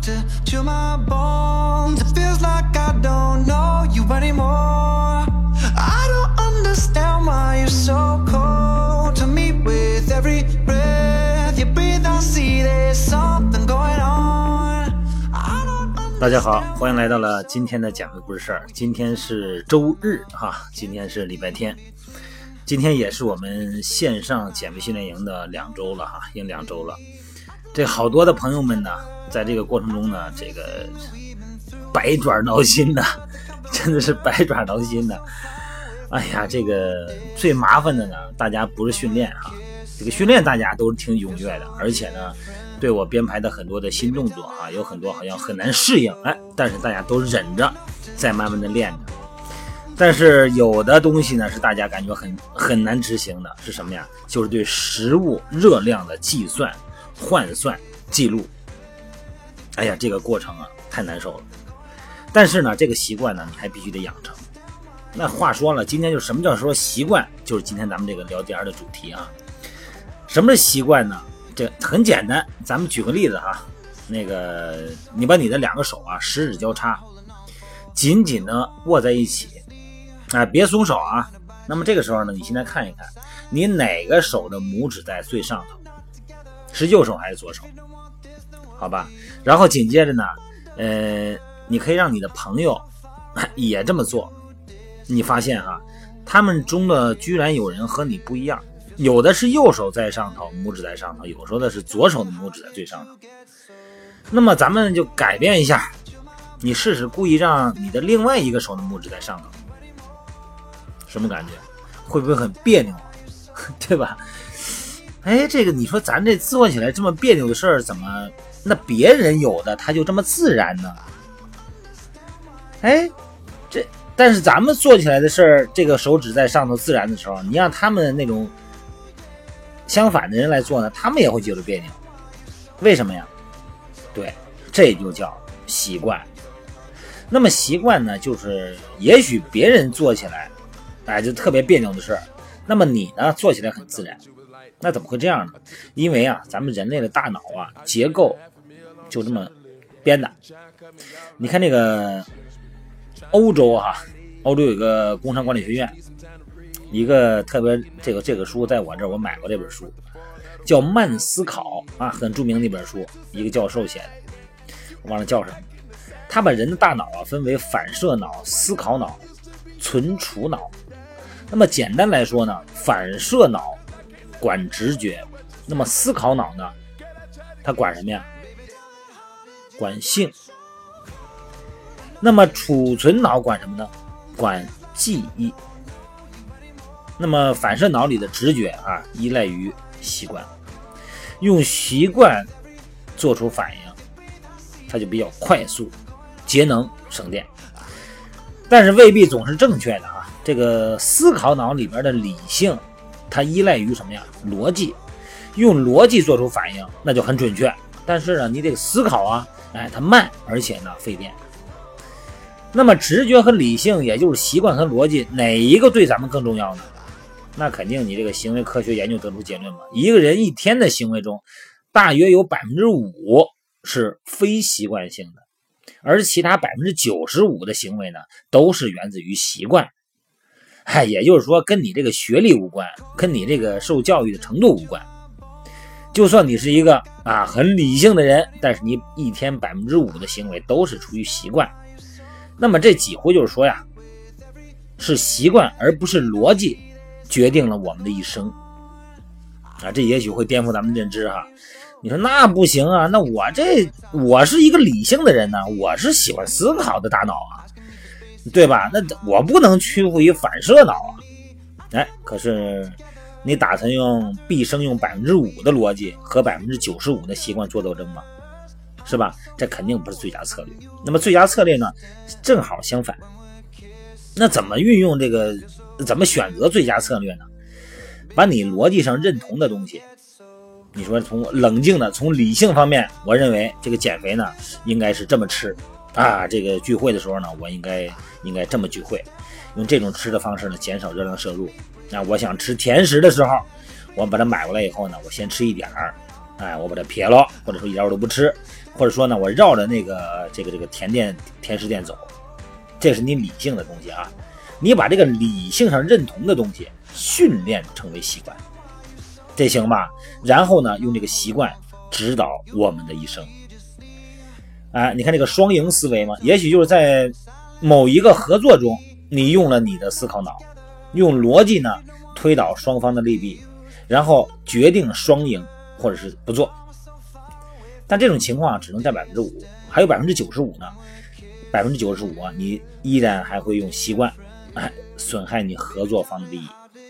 to my bones. It feels like I don't know you anymore. I don't understand why you're so cold to me. With every breath you breathe, I see there's something going on. 大家好，欢迎来到了今天的讲的不是事儿。今天是周日哈，今天是礼拜天，今天也是我们线上减肥训练营的2周了哈，已经2周了。这好多的朋友们呢，在这个过程中呢，这个百爪挠心的，真的是百爪挠心的。哎呀，这个最麻烦的呢，大家不是训练哈，这个训练大家都挺踊跃的，而且呢，对我编排的很多的新动作啊，有很多好像很难适应，但是大家都忍着，再慢慢的练着。但是有的东西呢，是大家感觉很难执行的，是什么呀？就是对食物热量的计算、换算、记录。哎呀，这个过程啊，太难受了。但是呢，这个习惯呢，你还必须得养成。那话说了，今天就什么叫说习惯，就是今天咱们这个聊天的主题啊。什么是习惯呢？这很简单，咱们举个例子哈，那个你把你的2个手啊，食指交叉，紧紧的握在一起，别松手啊。那么这个时候呢，你现在看一看，你哪个手的拇指在最上头，是右手还是左手？好吧，然后紧接着呢，你可以让你的朋友也这么做，你发现哈，他们中的居然有人和你不一样。有的是右手在上头，拇指在上头，有时候的是左手的拇指在最上头。那么咱们就改变一下，你试试故意让你的另外一个手的拇指在上头，什么感觉？会不会很别扭？对吧？这个你说咱这做起来这么别扭的事儿，怎么那别人有的他就这么自然呢？但是咱们做起来的事儿，这个手指在上头自然的时候，你让他们那种相反的人来做呢，他们也会觉得别扭。为什么呀？对，这就叫习惯。那么习惯呢，就是也许别人做起来就特别别扭的事儿，那么你呢做起来很自然。那怎么会这样呢？因为啊，咱们人类的大脑啊结构就这么编的。你看那个欧洲有一个工商管理学院，一个特别这个书在我这儿我买过这本书，叫《慢思考》啊，很著名的一本书，一个教授写的，我忘了叫什么。他把人的大脑分为反射脑、思考脑、存储脑。那么简单来说呢，反射脑管直觉，那么思考脑呢，它管什么呀？管性。那么储存脑管什么呢？管记忆。那么反射脑里的直觉依赖于习惯，用习惯做出反应，它就比较快速、节能、省电。但是未必总是正确的这个思考脑里边的理性，它依赖于什么呀？逻辑，用逻辑做出反应，那就很准确。但是呢，你得思考它慢，而且呢费电。那么直觉和理性，也就是习惯和逻辑，哪一个对咱们更重要呢？那肯定你这个行为科学研究得出结论嘛，一个人一天的行为中，大约有 5% 是非习惯性的，而其他 95% 的行为呢，都是源自于习惯。也就是说，跟你这个学历无关，跟你这个受教育的程度无关。就算你是一个很理性的人，但是你一天 5% 的行为都是出于习惯。那么这几乎就是说呀，是习惯而不是逻辑决定了我们的一生这也许会颠覆咱们的认知你说那不行那我是一个理性的人呢，我是喜欢思考的大脑对吧？那我不能屈服于反射脑可是你打算毕生用 5% 的逻辑和 95% 的习惯做斗争吗？是吧？这肯定不是最佳策略。那么最佳策略呢，正好相反。那怎么运用怎么选择最佳策略呢？把你逻辑上认同的东西，你说从冷静的，从理性方面，我认为这个减肥呢，应该是这么吃这个聚会的时候呢，我应该这么聚会，用这种吃的方式呢，减少热量摄入。我想吃甜食的时候，我把它买过来以后呢，我先吃一点我把它撇了，或者说一点我都不吃。 或者说呢，我绕着这个甜食店走，这是你理性的东西啊。你把这个理性上认同的东西训练成为习惯，这行吧？然后呢，用这个习惯指导我们的一生。你看这个双赢思维嘛，也许就是在某一个合作中，你用了你的思考脑，用逻辑呢推导双方的利弊，然后决定双赢或者是不做。但这种情况只能占 5%， 还有 95% 呢，95%你依然还会用习惯损害你合作方的利益。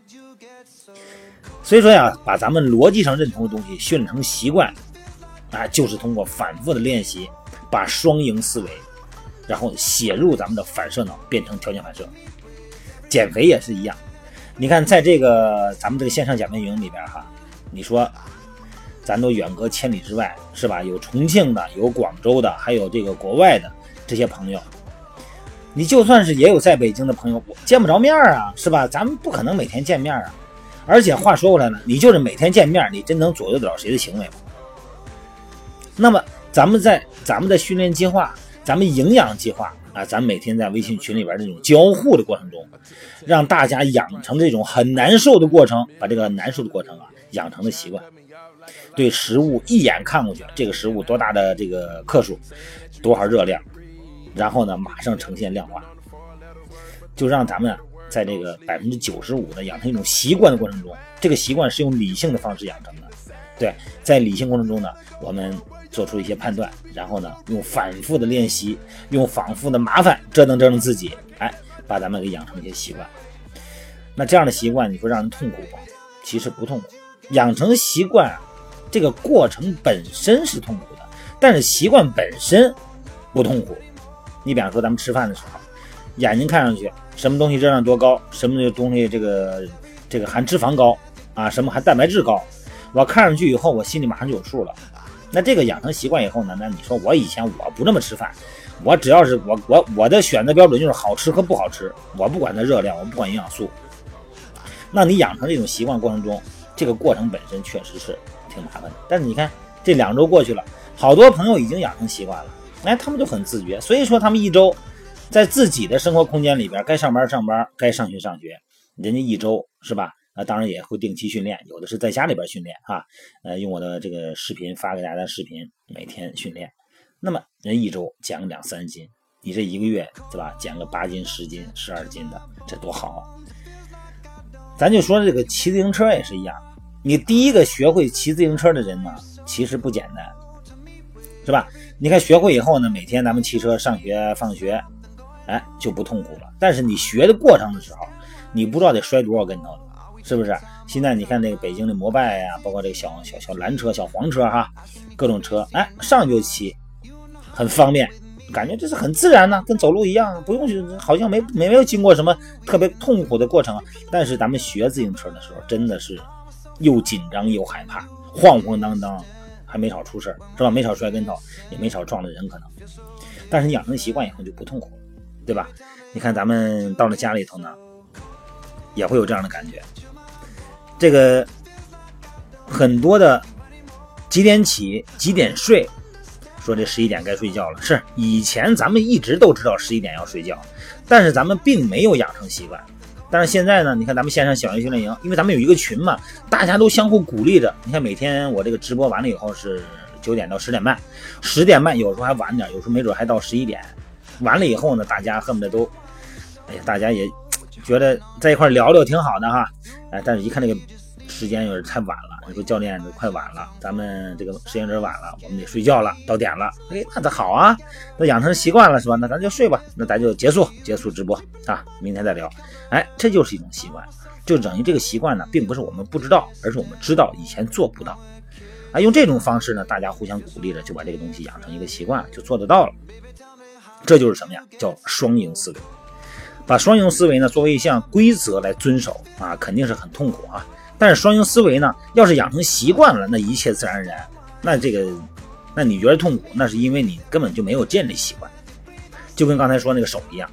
所以说呀，把咱们逻辑上认同的东西训练成习惯就是通过反复的练习，把双赢思维然后写入咱们的反射脑，变成条件反射。减肥也是一样，你看在这个咱们这个线上减肥营里边你说咱都远隔千里之外，是吧？有重庆的，有广州的，还有这个国外的这些朋友，你就算是也有在北京的朋友，见不着面是吧？咱们不可能每天见面而且话说回来了，你就是每天见面，你真能左右得了谁的行为吗？那么咱们的训练计划，咱们营养计划咱每天在微信群里边这种交互的过程中，让大家养成这种很难受的过程，把这个难受的过程养成的习惯。对食物一眼看过去，这个食物多大的这个克数，多少热量，然后呢马上呈现量化，就让咱们在这个 95% 的养成一种习惯的过程中，这个习惯是用理性的方式养成的。对，在理性过程中呢，我们做出一些判断，然后呢用反复的练习，用反复的麻烦折腾自己，把咱们给养成一些习惯。那这样的习惯你说让人痛苦吗？其实不痛苦。养成习惯这个过程本身是痛苦的，但是习惯本身不痛苦。你比方说咱们吃饭的时候，眼睛看上去什么东西热量多高，什么东西这个含脂肪高什么含蛋白质高，我看上去以后我心里马上就有数了。那这个养成习惯以后呢，那你说我以前我不那么吃饭，我只要是我的选择标准就是好吃和不好吃，我不管它热量，我不管营养素。那你养成这种习惯过程中，这个过程本身确实是挺麻烦的。但是你看这2周过去了，好多朋友已经养成习惯了，他们就很自觉。所以说他们一周在自己的生活空间里边，该上班上班，该上学上学，人家一周是吧？当然也会定期训练，有的是在家里边训练用我的这个视频发给大家的视频，每天训练。那么人一周减个2-3斤，你这一个月对吧？减个8斤、10斤、12斤的，这多好！咱就说这个骑自行车也是一样，你第一个学会骑自行车的人呢，其实不简单，是吧？你看学会以后呢，每天咱们骑车上学放学，就不痛苦了。但是你学的过程的时候，你不知道得摔多少跟头，是不是？现在你看那个北京的摩拜包括这个小蓝车、小黄车各种车，上就骑，很方便，感觉这是很自然跟走路一样，不用好像没有经过什么特别痛苦的过程但是咱们学自行车的时候，真的是又紧张又害怕，晃晃荡荡，还没少出事是吧？没少摔跟头，也没少撞了人可能。但是你养成习惯以后就不痛苦，对吧？你看咱们到了家里头呢，也会有这样的感觉。这个很多的几点起几点睡，说这11点该睡觉了，是以前咱们一直都知道11点要睡觉，但是咱们并没有养成习惯。但是现在呢，你看咱们线上小学训练营，因为咱们有一个群嘛，大家都相互鼓励着。你看每天我这个直播完了以后是9点到10点半，10点半有时候还晚点，有时候没准还到11点。完了以后呢，大家恨不得都，大家也觉得在一块聊聊挺好的但是一看这个时间有点太晚了，你说教练快晚了，咱们这个时间有点晚了，我们得睡觉了，到点了，那好啊，都养成习惯了是吧？那咱就睡吧，那咱就结束直播明天再聊。这就是一种习惯，就等于这个习惯呢，并不是我们不知道，而是我们知道以前做不到用这种方式呢，大家互相鼓励着，就把这个东西养成一个习惯，就做得到了。这就是什么呀？叫双赢思维。把双赢思维呢作为一项规则来遵守肯定是很痛苦但是双赢思维呢，要是养成习惯了，那一切自然而然。那你觉得痛苦，那是因为你根本就没有建立习惯。就跟刚才说那个手一样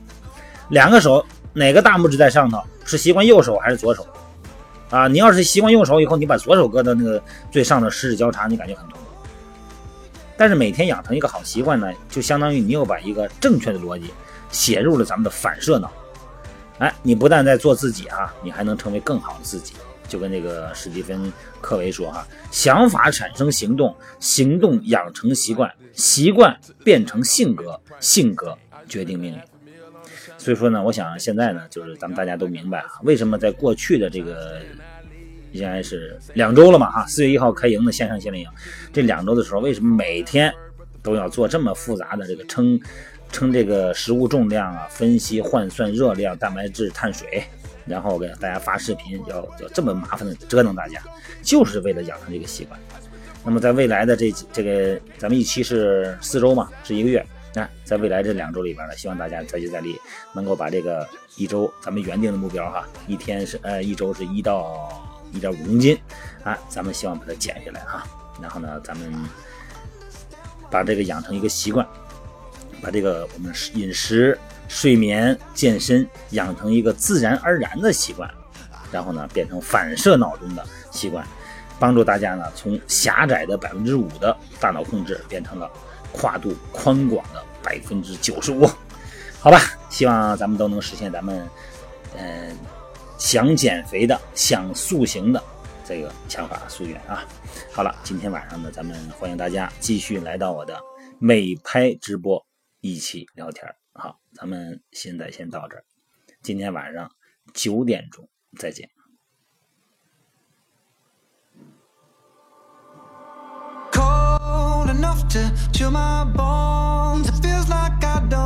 ，2个手哪个大拇指在上头，是习惯右手还是左手你要是习惯右手以后，你把左手搁到那个最上的食指交叉，你感觉很痛苦。 但是每天养成一个好习惯呢，就相当于你又把一个正确的逻辑写入了咱们的反射脑。哎，你不但在做自己啊，你还能成为更好的自己。就跟这个史蒂芬·科维说哈，想法产生行动，行动养成习惯，习惯变成性格，性格决定命运。所以说呢，我想现在呢，就是咱们大家都明白啊，为什么在过去的这个应该是2周了嘛哈，4月1号开营的线上训练营，这2周的时候，为什么每天都要做这么复杂的这个称这个食物重量啊，分析换算热量、蛋白质、碳水，然后给大家发视频，要这么麻烦的折腾大家，就是为了养成这个习惯。那么在未来的这个咱们一期是4周嘛，是1个月。在未来这2周里边呢，希望大家再接再厉，能够把这个1周咱们原定的目标哈，1周是1到1.5公斤啊，咱们希望把它减下来哈。然后呢，咱们把这个养成一个习惯，把这个我们饮食、睡眠、健身养成一个自然而然的习惯，然后呢变成反射脑中的习惯，帮助大家呢从狭窄的5%的大脑控制变成了跨度宽广的95%。好吧，希望咱们都能实现咱们想减肥的、想塑形的这个想法夙愿啊。好了，今天晚上呢，咱们欢迎大家继续来到我的美拍直播一起聊天。好，咱们现在先到这儿，今天晚上9点钟再见。 Cold enough to chill my bones. It feels like I don't